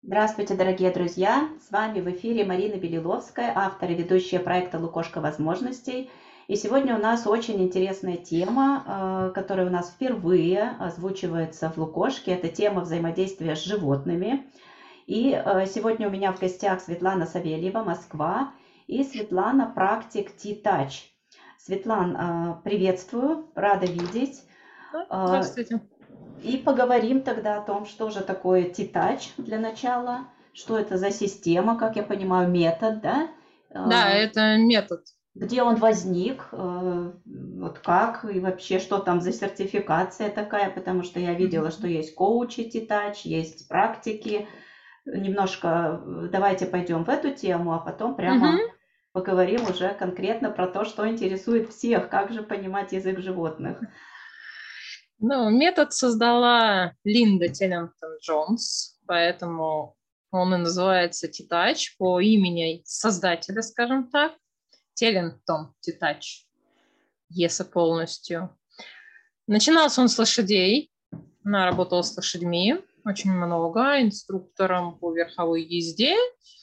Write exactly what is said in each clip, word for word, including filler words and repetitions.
Здравствуйте, дорогие друзья! С вами в эфире Марина Белиловская, автор и ведущая проекта «Лукошко возможностей». И сегодня у нас очень интересная тема, э, которая у нас впервые озвучивается в Лукошке. Это тема взаимодействия с животными. И э, сегодня у меня в гостях Светлана Савельева, Москва, и Светлана, практик T-Touch. Светлан, э, приветствую, рада видеть. Да, Э, здравствуйте. И поговорим тогда о том, что же такое T-Touch для начала, что это за система, как я понимаю, метод, да? Да, Э, это метод. Где он возник, э, вот как и вообще, что там за сертификация такая, потому что я видела, что Мгм. есть коучи T-Touch, есть практики. Немножко э, давайте пойдем в эту тему, а потом Мгм. прямо поговорим уже конкретно про то, что интересует всех, как же понимать язык животных. Ну, метод создала Линда Теллингтон Джонс, поэтому он и называется T-Touch по имени создателя, скажем так. Теллингтон T-Touch, если полностью. Начинался он с лошадей. Она работала с лошадьми очень много, инструктором по верховой езде.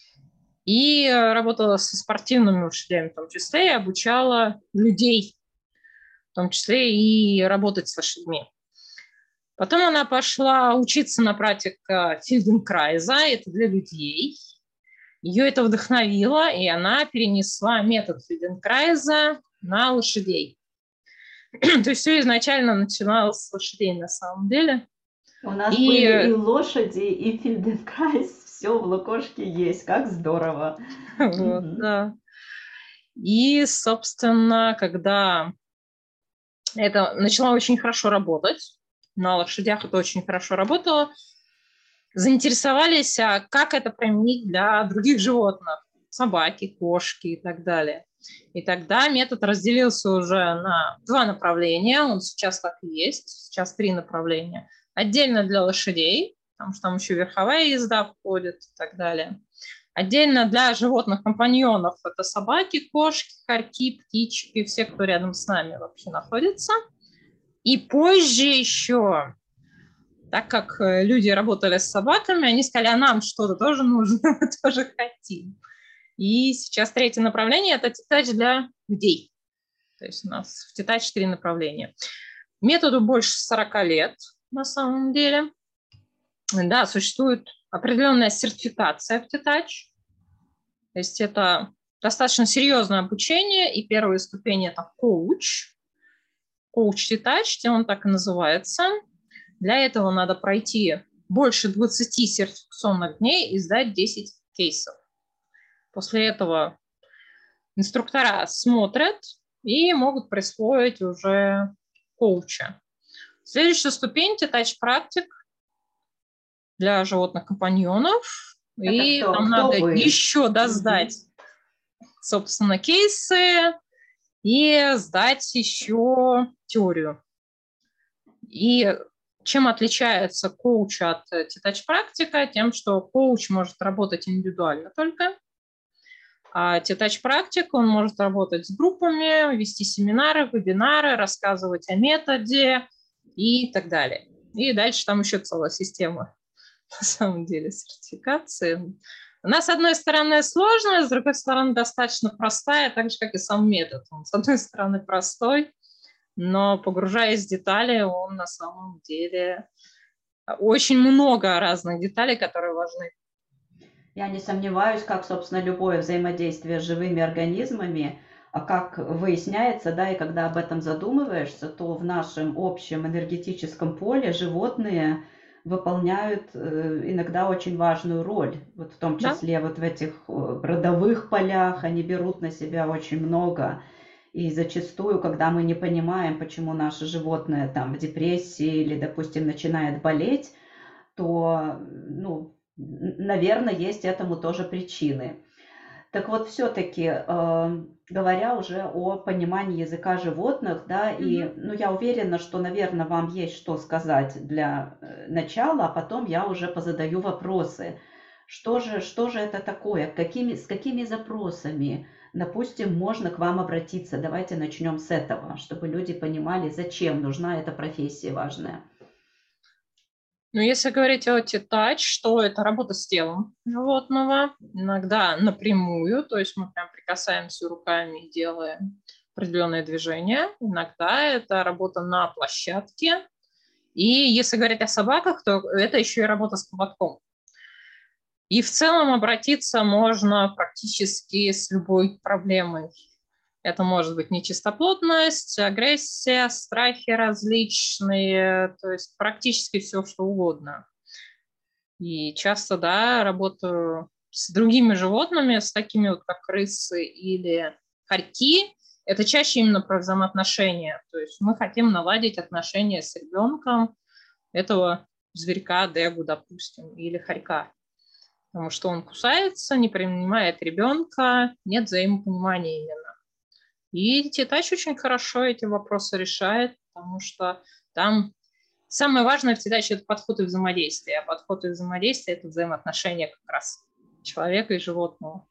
И э, работала со спортивными лошадями в том числе, и обучала людей в том числе и работать с лошадьми. Потом она пошла учиться на практика Фельденкрайза, это для людей. Ее это вдохновило, и она перенесла метод Фельденкрайза на лошадей. То есть все изначально начиналось с лошадей на самом деле. У нас были и И лошади, и фельденкрайс, все в Лукошке есть, как здорово. вот, Мгм. да. И, собственно, когда это начало очень хорошо работать, на лошадях это очень хорошо работало, заинтересовались, а как это применить для других животных, собаки, кошки и так далее. И тогда метод разделился уже на два направления, он сейчас так и есть, сейчас три направления. Отдельно для лошадей, потому что там еще верховая езда входит и так далее. Отдельно для животных-компаньонов, это собаки, кошки, хорьки, птички, все, кто рядом с нами вообще находится. И позже еще, так как э, люди работали с собаками, они сказали, а нам что-то тоже нужно, мы тоже хотим. И сейчас третье направление – это T-Touch для людей. То есть у нас в T-Touch три направления. Методу больше сорока лет на самом деле. Да, существует определенная сертификация в T-Touch. То есть это достаточно серьезное обучение, и первая ступень – это коуч. Коуч T-Touch, он так и называется. Для этого надо пройти больше двадцати сертификационных дней и сдать десять кейсов. После этого инструктора смотрят и могут присвоить уже коуча. Следующая ступень – T-Touch практик для животных-компаньонов. Это И кто? там Кто надо вы? еще Мгм. досдать, собственно, кейсы и сдать еще теорию. И чем отличается коуч от T-Touch практика? Тем, что коуч может работать индивидуально только, а T-Touch практик, он может работать с группами, вести семинары, вебинары, рассказывать о методе и так далее. И дальше там еще целая система, на самом деле, сертификации. Она, с одной стороны, сложная, с другой стороны, достаточно простая, так же, как и сам метод. Он, с одной стороны, простой, но, погружаясь в детали, он на самом деле очень много разных деталей, которые важны. Я не сомневаюсь, как, собственно, любое взаимодействие с живыми организмами, а как выясняется, да, и когда об этом задумываешься, то в нашем общем энергетическом поле животные выполняют э, иногда очень важную роль. Вот в том Да? числе вот в этих э, родовых полях они берут на себя очень много. И зачастую, когда мы не понимаем, почему наше животное там в депрессии или, допустим, начинает болеть, то, ну, наверное, есть этому тоже причины. Так вот, все-таки, э, говоря уже о понимании языка животных, да, Мгм. и, ну, я уверена, что, наверное, вам есть что сказать для э, начала, а потом я уже позадаю вопросы. Что же, что же это такое? Какими, с какими запросами, допустим, можно к вам обратиться? Давайте начнем с этого, чтобы люди понимали, зачем нужна эта профессия важная. Ну, если говорить о T-Touch, то это работа с телом животного, иногда напрямую, то есть мы прям прикасаемся руками и делаем определенные движения. Иногда это работа на площадке. И если говорить о собаках, то это еще и работа с поводком. И в целом обратиться можно практически с любой проблемой. Это может быть нечистоплотность, агрессия, страхи различные, то есть практически все, что угодно. И часто, да, работаю с другими животными, с такими вот, как крысы или хорьки. Это чаще именно про взаимоотношения. То есть мы хотим наладить отношения с ребенком этого зверька, дегу, допустим, или хорька. Потому что он кусается, не принимает ребенка, нет взаимопонимания именно. И T-Touch очень хорошо эти вопросы решает, потому что там самое важное в T-Touch – это подход и взаимодействие. А подход и взаимодействие – это взаимоотношения как раз человека и животного.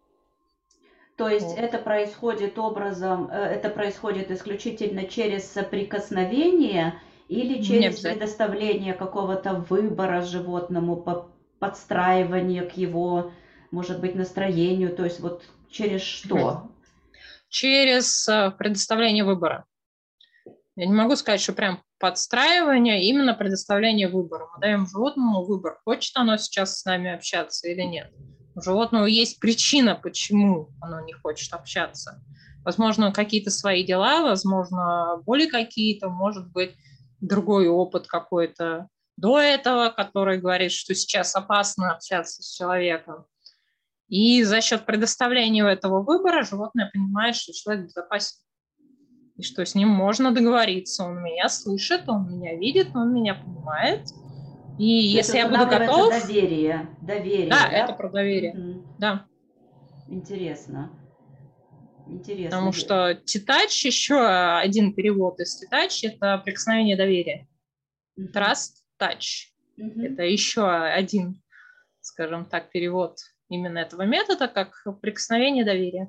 То есть вот. Это происходит образом, это происходит исключительно через соприкосновение или через предоставление какого-то выбора животному, подстраивание к его, может быть, настроению, то есть вот через что? Через предоставление выбора. Я не могу сказать, что прям подстраивание, именно предоставление выбора. Мы даем животному выбор, хочет оно сейчас с нами общаться или нет. У животного есть причина, почему оно не хочет общаться. Возможно, какие-то свои дела, возможно, боли какие-то, может быть, другой опыт какой-то до этого, который говорит, что сейчас опасно общаться с человеком. И за счет предоставления этого выбора животное понимает, что человек безопасен. И что с ним можно договориться. Он меня слышит, он меня видит, он меня понимает. И то если я буду готов... доверие. Доверие, да, да? это про доверие. Угу. Да. Интересно. Интересно. Потому что T-Touch, еще один перевод из T-Touch, это прикосновение доверия. Uh-huh. Trust Touch. Uh-huh. Это еще один, скажем так, перевод именно этого метода, как прикосновение доверия.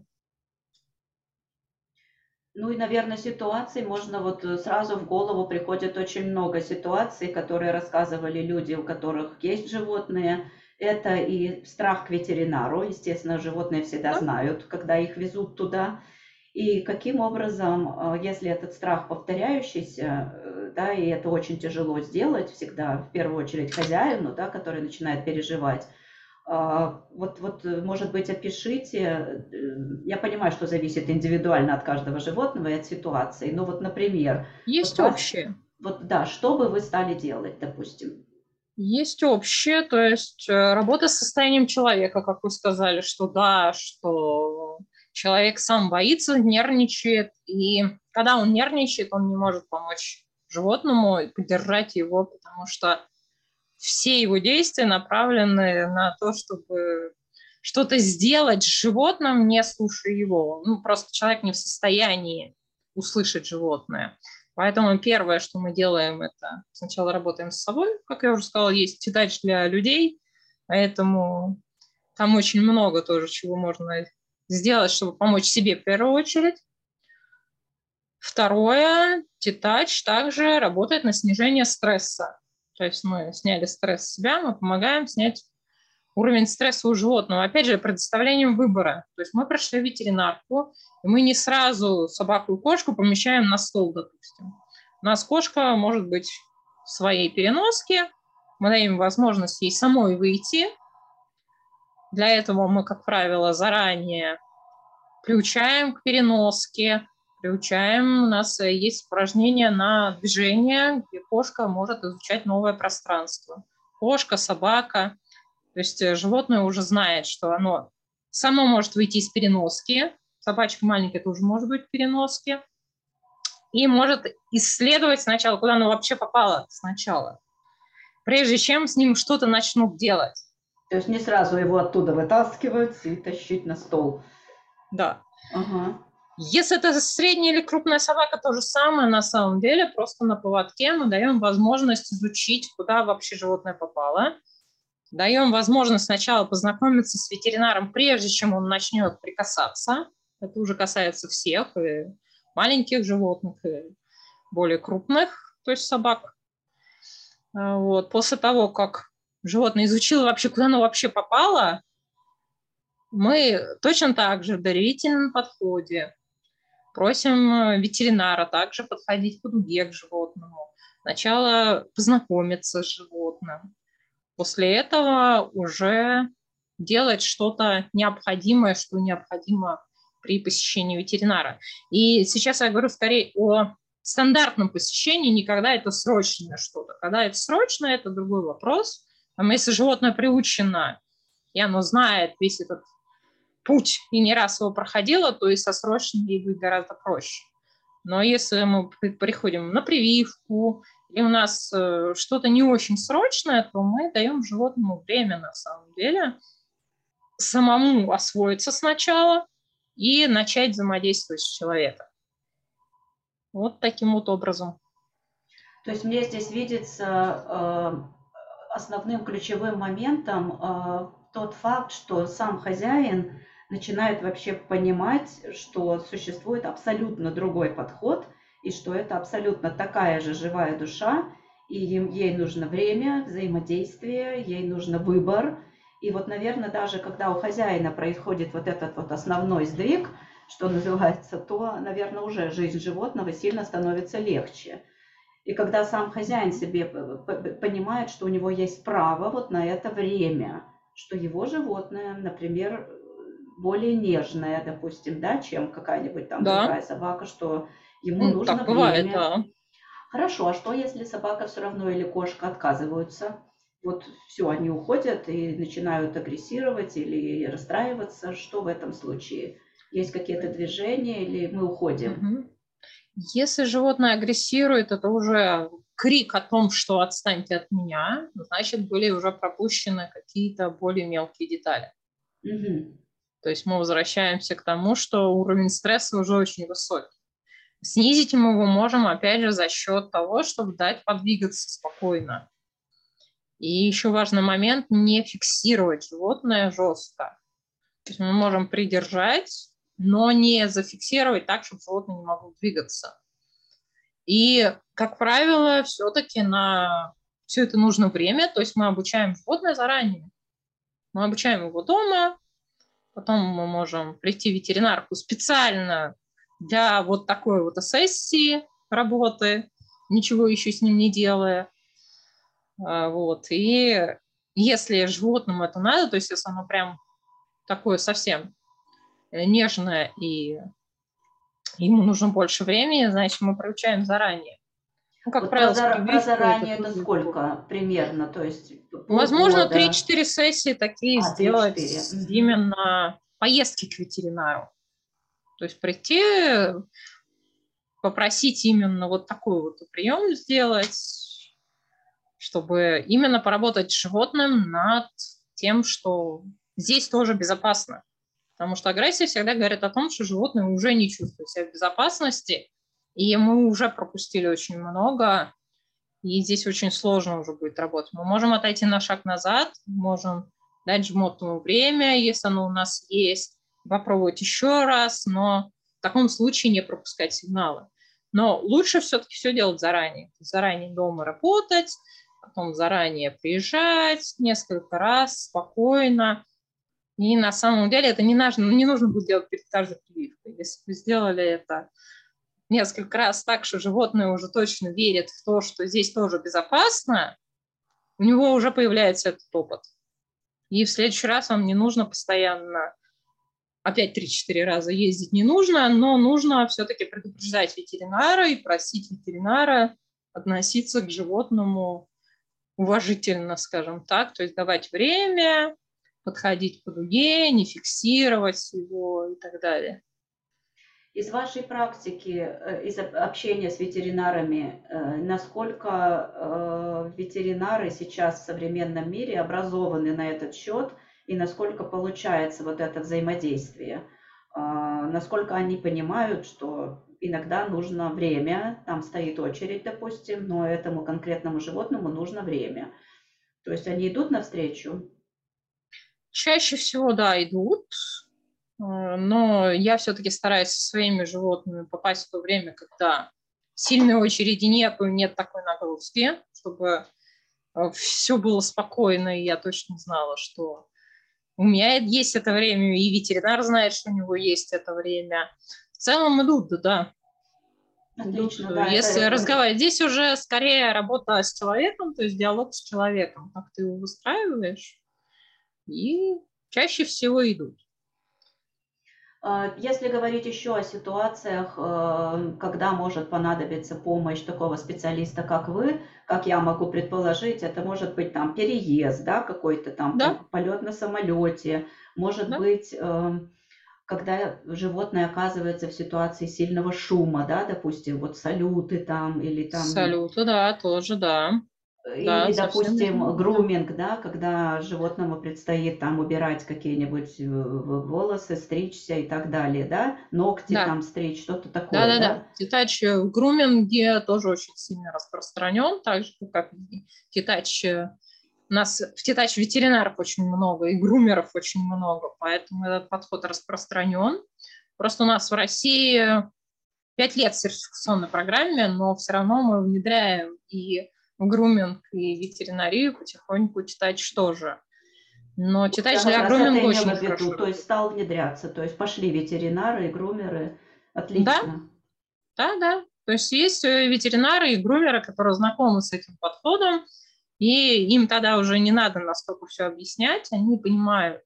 Ну и, наверное, ситуаций можно вот сразу в голову приходит очень много ситуаций, которые рассказывали люди, у которых есть животные. Это и страх к ветеринару. Естественно, животные всегда да. знают, когда их везут туда. И каким образом, если этот страх повторяющийся, да, и это очень тяжело сделать всегда, в первую очередь хозяину, да, который начинает переживать. Вот, вот, может быть, опишите, я понимаю, что зависит индивидуально от каждого животного и от ситуации, но вот, например... Есть вот общее. Вот, да, что бы вы стали делать, допустим? Есть общее, то есть работа с состоянием человека, как вы сказали, что да, что человек сам боится, нервничает, и когда он нервничает, он не может помочь животному и поддержать его, потому что все его действия направлены на то, чтобы что-то сделать с животным, не слушая его. Ну, просто человек не в состоянии услышать животное. Поэтому первое, что мы делаем, это сначала работаем с собой. Как я уже сказала, есть T-Touch для людей, поэтому там очень много тоже чего можно сделать, чтобы помочь себе в первую очередь. Второе, T-Touch также работает на снижение стресса. То есть мы сняли стресс с себя, мы помогаем снять уровень стресса у животного. Опять же, предоставлением выбора. То есть мы пришли в ветеринарку, и мы не сразу собаку и кошку помещаем на стол, допустим. У нас кошка может быть в своей переноске, мы даем возможность ей самой выйти. Для этого мы, как правило, заранее приучаем к переноске, приучаем, у нас есть упражнения на движение, где кошка может изучать новое пространство. Кошка, собака. То есть животное уже знает, что оно само может выйти из переноски. Собачка маленькая тоже может быть в переноске. И может исследовать сначала, куда оно вообще попало сначала, прежде чем с ним что-то начнут делать. То есть не сразу его оттуда вытаскивать и тащить на стол. Да. Ага. Если это средняя или крупная собака, то же самое на самом деле. Просто на поводке мы даем возможность изучить, куда вообще животное попало. Даем возможность сначала познакомиться с ветеринаром, прежде чем он начнет прикасаться. Это уже касается всех, и маленьких животных, и более крупных, то есть собак. Вот. После того, как животное изучило вообще, куда оно вообще попало, мы точно так же в доверительном подходе просим ветеринара также подходить по дуге к животному. Сначала познакомиться с животным. После этого уже делать что-то необходимое, что необходимо при посещении ветеринара. И сейчас я говорю скорее о стандартном посещении, не когда это срочное что-то. Когда это срочно, это другой вопрос. А если животное приучено, и оно знает весь этот путь и не раз его проходило, то и со срочным ей будет гораздо проще. Но если мы приходим на прививку, и у нас э, что-то не очень срочное, то мы даем животному время, на самом деле, самому освоиться сначала и начать взаимодействовать с человеком. Вот таким вот образом. То есть мне здесь видится э, основным ключевым моментом э, тот факт, что сам хозяин начинает вообще понимать, что существует абсолютно другой подход, и что это абсолютно такая же живая душа, и им, ей нужно время, взаимодействие, ей нужно выбор. И вот, наверное, даже когда у хозяина происходит вот этот вот основной сдвиг, что называется, то, наверное, уже жизнь животного сильно становится легче. И когда сам хозяин себе понимает, что у него есть право вот на это время, что его животное, например, более нежное, допустим, да, чем какая-нибудь там Да. другая собака, что ему Ну, нужно так время. бывает, да. Хорошо, а что если собака все равно или кошка отказываются? Вот все, они уходят и начинают агрессировать или расстраиваться. Что в этом случае? Есть какие-то движения или мы уходим? Угу. Если животное агрессирует, это уже крик о том, что отстаньте от меня, значит, были уже пропущены какие-то более мелкие детали. Угу. То есть мы возвращаемся к тому, что уровень стресса уже очень высокий. Снизить мы его можем, опять же, за счет того, чтобы дать подвигаться спокойно. И еще важный момент – не фиксировать животное жестко. То есть мы можем придержать, но не зафиксировать так, чтобы животное не могло двигаться. И, как правило, все-таки на все это нужно время, то есть мы обучаем животное заранее. Мы обучаем его дома, потом мы можем прийти в ветеринарку специально для вот такой вот сессии работы, ничего еще с ним не делая. Вот. И если животному это надо, то есть если оно прям такое совсем нежное и ему нужно больше времени, значит, мы приучаем заранее. Ну, как Вот правило, про, с зара- про прививкой это заранее это тоже сколько примерно? То есть возможно, полгода? три-четыре сессии такие А, сделать три-четыре. Угу. именно поездки к ветеринару. То есть прийти, попросить именно вот такой вот прием сделать, чтобы именно поработать с животным над тем, что здесь тоже безопасно. Потому что агрессия всегда говорит о том, что животное уже не чувствует себя в безопасности, и мы уже пропустили очень много, и здесь очень сложно уже будет работать. Мы можем отойти на шаг назад, можем дать животному время, если оно у нас есть, попробовать еще раз, но в таком случае не пропускать сигналы. Но лучше все-таки все делать заранее. Заранее дома работать, потом заранее приезжать несколько раз спокойно. И на самом деле это не нужно, не нужно будет делать перед каждой прививкой. Если вы сделали это несколько раз так, что животное уже точно верит в то, что здесь тоже безопасно, у него уже появляется этот опыт. И в следующий раз вам не нужно постоянно, опять три-четыре раза ездить не нужно, но нужно все-таки предупреждать ветеринара и просить ветеринара относиться к животному уважительно, скажем так, то есть давать время, подходить по дуге, не фиксировать его и так далее. Из вашей практики, из общения с ветеринарами, насколько ветеринары сейчас в современном мире образованы на этот счет и насколько получается вот это взаимодействие? Насколько они понимают, что иногда нужно время, там стоит очередь, допустим, но этому конкретному животному нужно время. То есть они идут навстречу? Чаще всего, да, идут. Но я все-таки стараюсь со своими животными попасть в то время, когда сильной очереди нет, нет такой нагрузки, чтобы все было спокойно, и я точно знала, что у меня есть это время, и ветеринар знает, что у него есть это время. В целом идут, да. Отлично, Идут. да, Если это разговаривать, здесь уже скорее работа с человеком, то есть диалог с человеком, как ты его выстраиваешь, и чаще всего идут. Если говорить еще о ситуациях, э, когда может понадобиться помощь такого специалиста, как вы, как я могу предположить, это может быть там переезд, да, какой-то там Да, полет на самолете, может да. быть, эм, когда животное оказывается в ситуации сильного шума, да, допустим, вот салюты там или там Салюты, да, тоже, да. Да, или, совсем допустим, верно. груминг, да, когда животному предстоит там убирать какие-нибудь э, в- волосы, стричься и так далее, да, ногти Да, там стричь, что-то такое, да-да-да. да. Титач в груминге тоже очень сильно распространен, так же, как и титач. У нас в титач ветеринаров очень много, и грумеров очень много, поэтому этот подход распространен. Просто у нас в России пять лет в сертификационной программе, но все равно мы внедряем и в груминг, и в ветеринарию потихоньку титач тоже. Но Вот я титач как для раз это груминга имела очень в виду, хорошо то есть работает. стал внедряться, то есть пошли ветеринары и грумеры, Да, отлично. да, да. То есть есть ветеринары и грумеры, которые знакомы с этим подходом, и им тогда уже не надо настолько все объяснять, они понимают,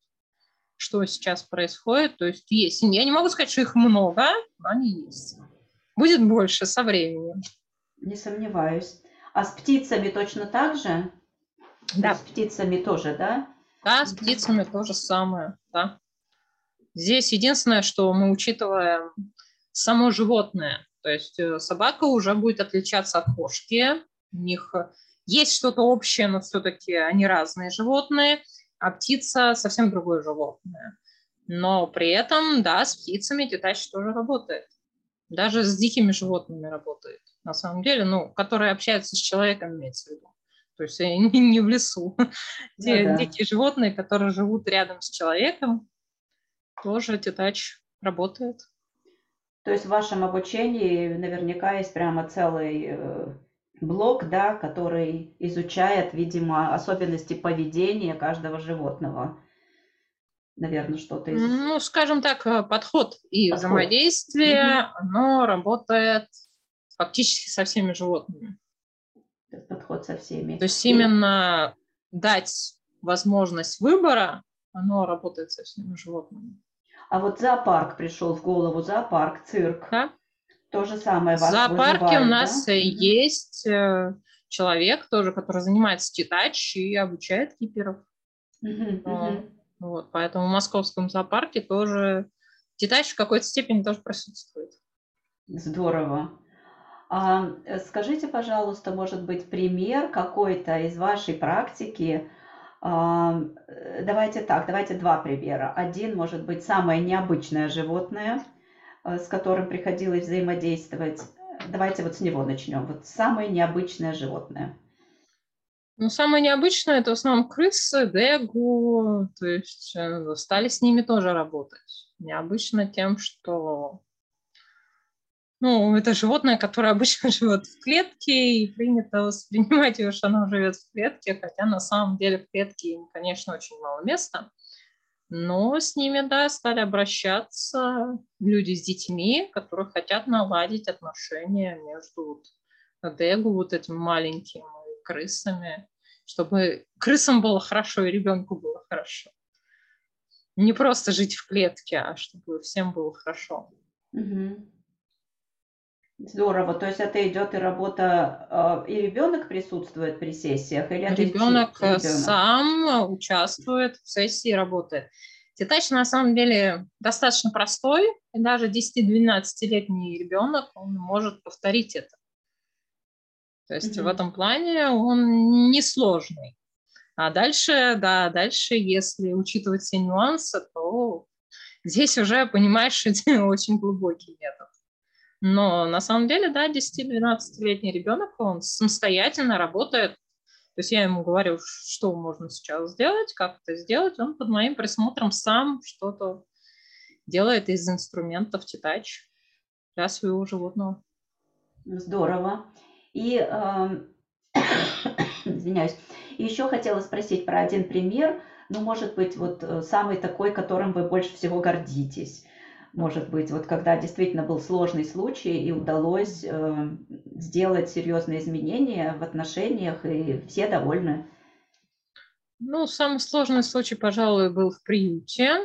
что сейчас происходит. То есть есть. Я не могу сказать, что их много, но они есть. Будет больше со временем. Не сомневаюсь. А с птицами точно так же? То есть Да, с птицами тоже, да? да, с Мгм. птицами то же самое. Да. Здесь единственное, что мы учитываем само животное. То есть э, собака уже будет отличаться от кошки. У них э, есть что-то общее, но все-таки они разные животные, а птица совсем другое животное. Но при этом, да, с птицами титач тоже работает. Даже с дикими животными работает. На самом деле, ну, которые общаются с человеком, имеется в виду. То есть не, не в лесу. Те Да-да. дикие животные, которые живут рядом с человеком, тоже титач работает. То есть в вашем обучении наверняка есть прямо целый э, блок, да, который изучает, видимо, особенности поведения каждого животного. Наверное, что-то из Ну, скажем так, э, подход и подход. взаимодействие, Мгм. оно работает фактически со всеми животными. То есть подход со То всеми. есть И, именно дать возможность выбора, оно работает со всеми животными. а вот зоопарк пришел в голову, зоопарк, цирк. Да? То же самое В вас зоопарке у вызывает, да? нас э, Мгм. есть э, человек тоже, который занимается титач и обучает киперов. Мгм, мгм. А, Вот, поэтому в московском зоопарке тоже титач в какой-то степени тоже присутствует. Здорово. А, э, скажите, пожалуйста, может быть, пример какой-то из вашей практики. Ам, э, давайте так, давайте два примера. Один может быть самое необычное животное, э, с которым приходилось взаимодействовать. Э, давайте вот с него начнем. Вот самое необычное животное. Ну, самое необычное — это в основном крысы, дегу, то есть э, стали с ними тоже работать. Необычно тем, что ну, это животное, которое обычно живет в клетке, и принято воспринимать ее, что оно живет в клетке, хотя на самом деле в клетке им, конечно, очень мало места. Но с ними, да, стали обращаться люди с детьми, которые хотят наладить отношения между вот дегу, вот этим маленьким, и крысами, чтобы крысам было хорошо и ребенку было хорошо. Не просто жить в клетке, а чтобы всем было хорошо. Мгм. Здорово. То есть это идет и работа, а, и ребенок присутствует при сессиях, или это исключительно Ребенок э, ребенок? сам участвует в сессии, работает. Титач на самом деле достаточно простой, и даже десяти-двенадцатилетний ребенок, он может повторить это. То есть в Мгм. этом плане он несложный. А дальше, да, дальше, если учитывать все нюансы, то здесь уже, понимаешь, это очень глубокий метод. Но на самом деле, да, десяти-двенадцатилетний ребенок, он самостоятельно работает. То есть я ему говорю, что можно сейчас сделать, как это сделать. Он под моим присмотром сам что-то делает из инструментов титач для своего животного. Здорово. И, ам, извиняюсь. И еще хотела спросить про один пример, ну, может быть, вот э, самый такой, которым вы больше всего гордитесь. Может быть, вот когда действительно был сложный случай и удалось э, сделать серьезные изменения в отношениях, и все довольны. Ну, самый сложный случай, пожалуй, был в приюте.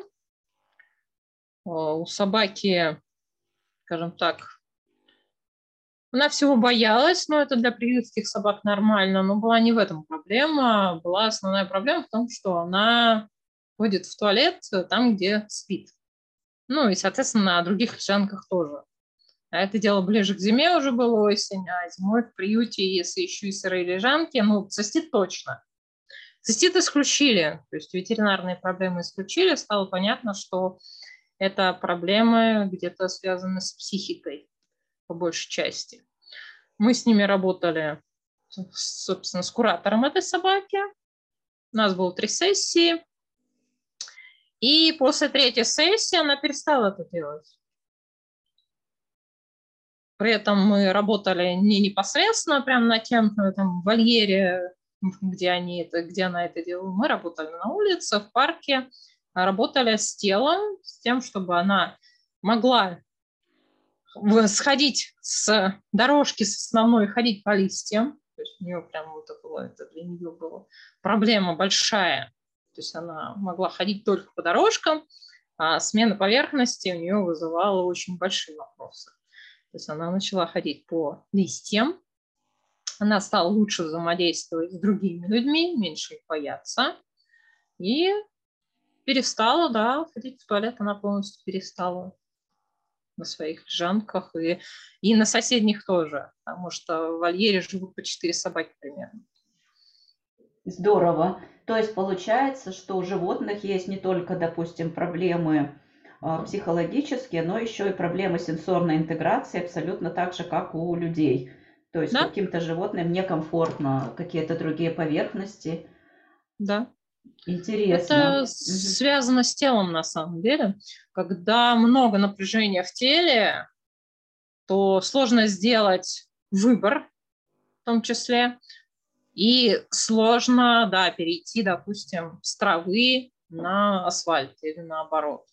У собаки, скажем так, она всего боялась, но это для приютских собак нормально, но была не в этом проблема. Была основная проблема в том, что она ходит в туалет там, где спит. Ну и, соответственно, на других лежанках тоже. А это дело ближе к зиме уже было осень, а зимой в приюте, если еще и сырые лежанки, ну, цистит точно. Цистит исключили, то есть ветеринарные проблемы исключили, стало понятно, что это проблемы где-то связаны с психикой по большей части. Мы с ними работали, собственно, с куратором этой собаки. У нас было три сессии. И после третьей сессии она перестала это делать. При этом мы работали не непосредственно прямо на тем, на этом вольере, где, они это, где она это делала. Мы работали на улице, в парке, работали с телом, с тем, чтобы она могла сходить с дорожки с основной, ходить по листьям. То есть у нее прям вот это было, это для нее была проблема большая. То есть она могла ходить только по дорожкам, а смена поверхности у нее вызывала очень большие вопросы. То есть она начала ходить по листьям, она стала лучше взаимодействовать с другими людьми, меньше их бояться, и перестала, да, ходить в туалет, она полностью перестала на своих лежанках, и, и на соседних тоже, потому что в вольере живут по четыре собаки примерно. Здорово. То есть получается, что у животных есть не только, допустим, проблемы психологические, но еще и проблемы сенсорной интеграции абсолютно так же, как у людей. То есть Да? каким-то животным некомфортно какие-то другие поверхности. Да. Интересно. Это Мгм. связано с телом на самом деле. Когда много напряжения в теле, то сложно сделать выбор в том числе. И сложно, да, перейти, допустим, с травы на асфальт или наоборот.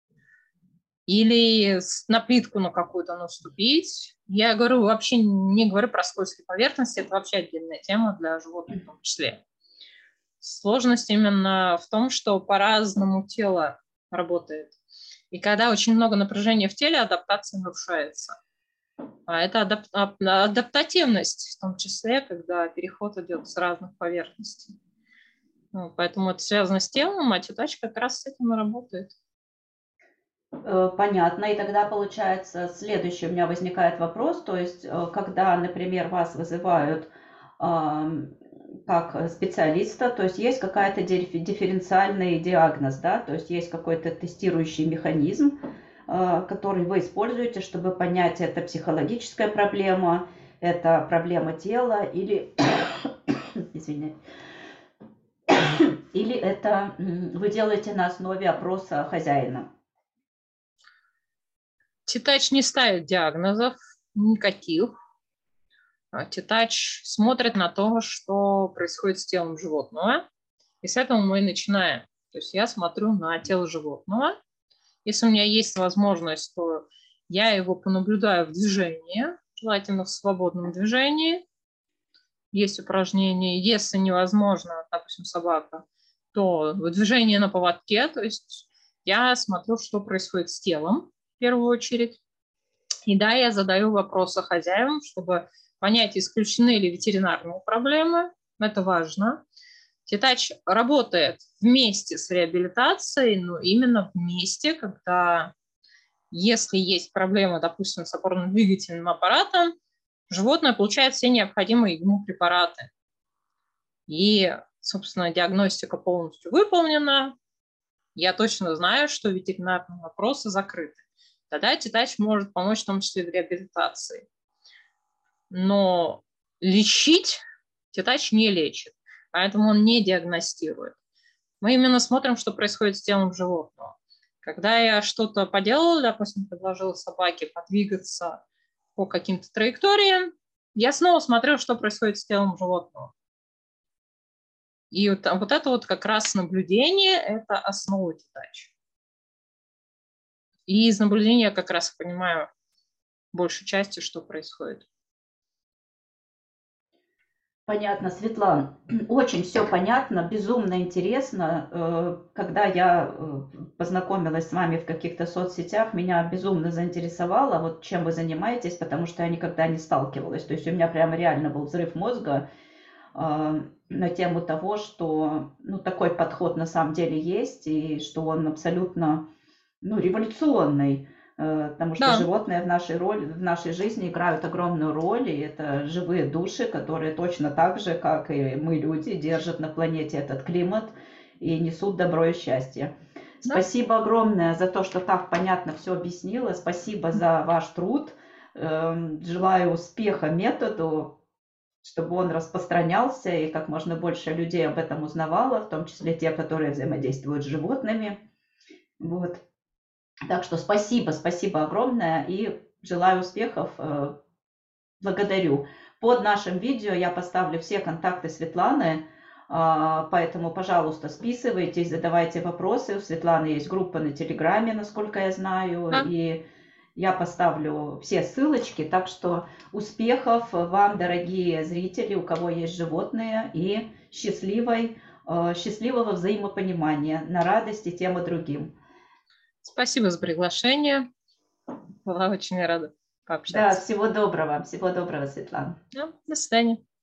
Или на плитку на какую-то наступить. Я говорю, вообще не говорю про скользкие поверхности, это вообще отдельная тема для животных в том числе. Сложность именно в том, что по-разному тело работает. И когда очень много напряжения в теле, адаптация нарушается. А это адап- адаптативность в том числе, когда переход идет с разных поверхностей. Ну, поэтому это связано с телом, а тетач как раз с этим и работает. Понятно. И тогда, получается, следующий у меня возникает вопрос. То есть, когда, например, вас вызывают как специалиста, то есть есть какая-то дифференциальный диагноз, да, то есть есть какой-то тестирующий механизм, который вы используете, чтобы понять, это психологическая проблема, это проблема тела или, извиняюсь, или это вы делаете на основе опроса хозяина. Тетач не ставит диагнозов никаких. Тетач смотрит на то, что происходит с телом животного. И с этого мы и начинаем. То есть я смотрю на тело животного. Если у меня есть возможность, то я его понаблюдаю в движении, желательно в свободном движении. Есть упражнения. Если невозможно, допустим, собака, то движение на поводке. То есть я смотрю, что происходит с телом в первую очередь. И да, я задаю вопросы хозяевам, чтобы понять, исключены ли ветеринарные проблемы. Это важно. Тетач работает вместе с реабилитацией, но именно вместе, когда, если есть проблема, допустим, с опорно-двигательным аппаратом, животное получает все необходимые ему препараты. И, собственно, диагностика полностью выполнена. Я точно знаю, что ветеринарные вопросы закрыты. Тогда тетач может помочь в том числе в реабилитации. Но лечить тетач не лечит, поэтому он не диагностирует. Мы именно смотрим, что происходит с телом животного. Когда я что-то поделала, допустим, предложила собаке подвигаться по каким-то траекториям, я снова смотрю, что происходит с телом животного. И вот, вот это вот как раз наблюдение – это основа задачи. И из наблюдения я как раз понимаю большей части, что происходит. Понятно, Светлана. Очень все понятно, безумно интересно. Когда я познакомилась с вами в каких-то соцсетях, меня безумно заинтересовало, вот чем вы занимаетесь, потому что я никогда не сталкивалась. То есть у меня прямо реально был взрыв мозга на тему того, что ну, такой подход на самом деле есть, и что он абсолютно ну, революционный. Потому что Да. животные в нашей, роли, в нашей жизни играют огромную роль, и это живые души, которые точно так же, как и мы, люди, держат на планете этот климат и несут добро и счастье. Да. Спасибо огромное за то, что так понятно все объяснила. Спасибо за ваш труд. Желаю успеха методу, чтобы он распространялся и как можно больше людей об этом узнавало, в том числе те, которые взаимодействуют с животными. Вот. Так что спасибо, спасибо огромное и желаю успехов. Благодарю. Под нашим видео я поставлю все контакты Светланы, поэтому, пожалуйста, списывайтесь, задавайте вопросы. У Светланы есть группа на Телеграме, насколько я знаю, Да. и я поставлю все ссылочки. Так что успехов вам, дорогие зрители, у кого есть животные, и счастливой, счастливого взаимопонимания на радости тем и другим. Спасибо за приглашение. Была очень рада Да, пообщаться. всего доброго. Всего доброго, Светлана. Да, до свидания.